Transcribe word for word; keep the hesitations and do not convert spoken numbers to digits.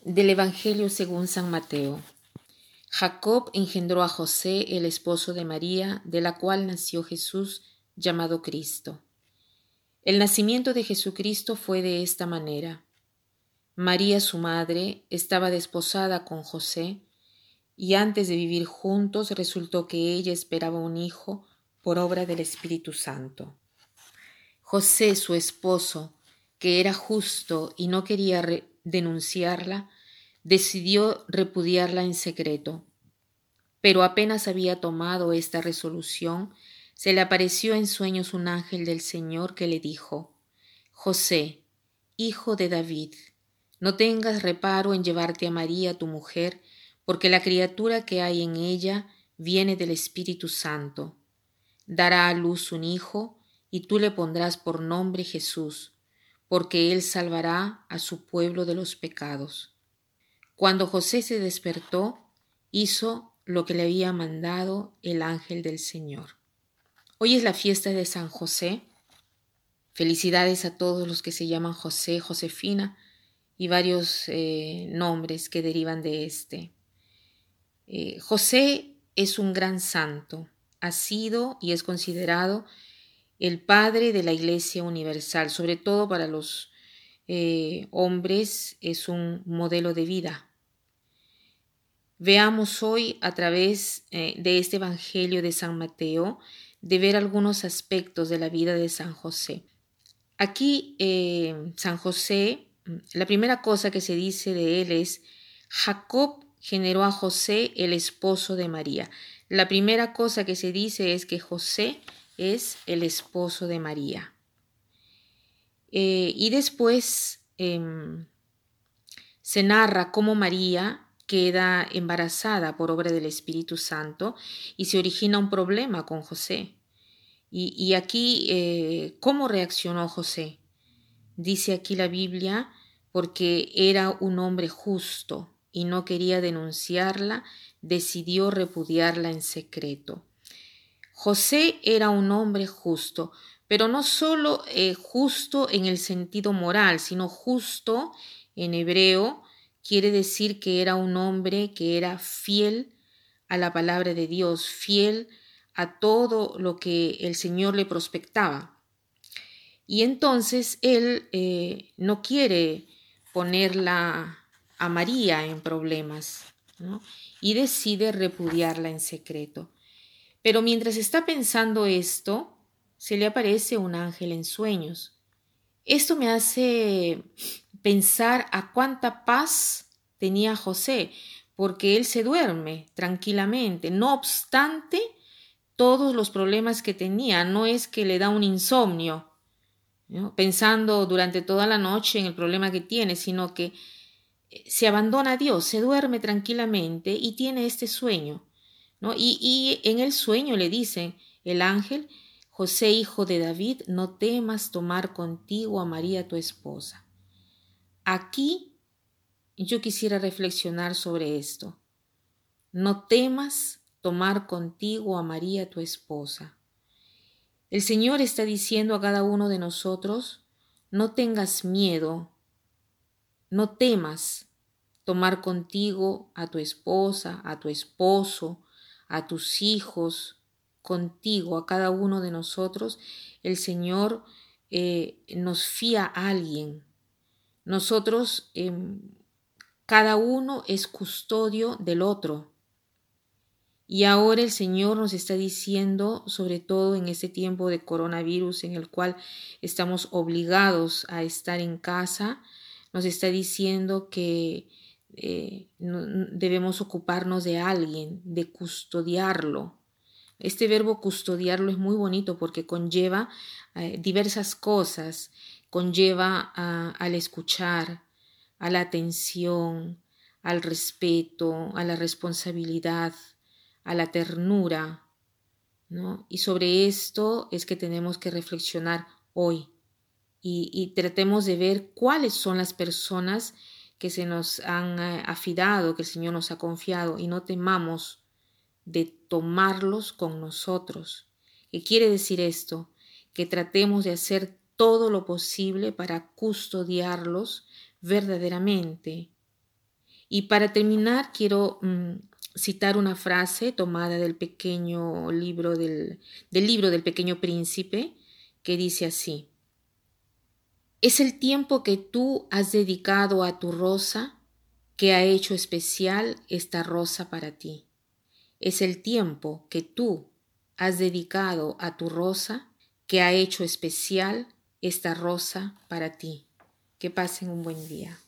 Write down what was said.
Del Evangelio según San Mateo. Jacob engendró a José, el esposo de María, de la cual nació Jesús, llamado Cristo. El nacimiento de Jesucristo fue de esta manera. María, su madre, estaba desposada con José, y antes de vivir juntos resultó que ella esperaba un hijo por obra del Espíritu Santo. José, su esposo, que era justo y no quería re- denunciarla, decidió repudiarla en secreto. Pero apenas había tomado esta resolución, se le apareció en sueños un ángel del Señor que le dijo: José, hijo de David, no tengas reparo en llevarte a María tu mujer, porque la criatura que hay en ella viene del Espíritu Santo. Dará a luz un hijo, y tú le pondrás por nombre Jesús, porque él salvará a su pueblo de los pecados. Cuando José se despertó, hizo lo que le había mandado el ángel del Señor. Hoy es la fiesta de San José. Felicidades a todos los que se llaman José, Josefina y varios eh, nombres que derivan de este. Eh, José es un gran santo. Ha sido y es considerado el padre de la Iglesia Universal, sobre todo para los eh, hombres es un modelo de vida. Veamos hoy a través eh, de este Evangelio de San Mateo de ver algunos aspectos de la vida de San José. Aquí eh, San José, la primera cosa que se dice de él es: Jacob generó a José, el esposo de María. La primera cosa que se dice es que José es el esposo de María. Eh, y después eh, se narra cómo María queda embarazada por obra del Espíritu Santo y se origina un problema con José. Y, y aquí, eh, ¿cómo reaccionó José? Dice aquí la Biblia, porque era un hombre justo y no quería denunciarla, decidió repudiarla en secreto. José era un hombre justo, pero no solo eh, justo en el sentido moral, sino justo en hebreo quiere decir que era un hombre que era fiel a la palabra de Dios, fiel a todo lo que el Señor le prospectaba. Y entonces él eh, no quiere ponerla a María en problemas, ¿no? Y decide repudiarla en secreto. Pero mientras está pensando esto, se le aparece un ángel en sueños. Esto me hace pensar a cuánta paz tenía José, porque él se duerme tranquilamente. No obstante, todos los problemas que tenía, no es que le da un insomnio, ¿no?, pensando durante toda la noche en el problema que tiene, sino que se abandona a Dios, se duerme tranquilamente y tiene este sueño, ¿no? Y, y en el sueño le dice el ángel: José, hijo de David, no temas tomar contigo a María tu esposa. Aquí yo quisiera reflexionar sobre esto. No temas tomar contigo a María tu esposa. El Señor está diciendo a cada uno de nosotros: no tengas miedo, no temas tomar contigo a tu esposa, a tu esposo, a tus hijos, contigo, a cada uno de nosotros. El Señor eh, nos fía a alguien. Nosotros, eh, cada uno es custodio del otro. Y ahora el Señor nos está diciendo, sobre todo en este tiempo de coronavirus en el cual estamos obligados a estar en casa, nos está diciendo que eh, no, debemos ocuparnos de alguien, de custodiarlo. Este verbo custodiarlo es muy bonito porque conlleva eh, diversas cosas, conlleva a, al escuchar, a la atención, al respeto, a la responsabilidad, a la ternura, ¿no? Y sobre esto es que tenemos que reflexionar hoy y, y tratemos de ver cuáles son las personas que se nos han eh, afidado, que el Señor nos ha confiado, y no temamos de tomarlos con nosotros. ¿Qué quiere decir esto? Que tratemos de hacer todo lo posible para custodiarlos verdaderamente, Y para terminar, quiero mm, citar una frase tomada del pequeño libro del, del libro del Pequeño Príncipe, que dice así: es el tiempo que tú has dedicado a tu rosa que ha hecho especial esta rosa para ti. Es el tiempo que tú has dedicado a tu rosa que ha hecho especial esta rosa para ti. Que pasen un buen día.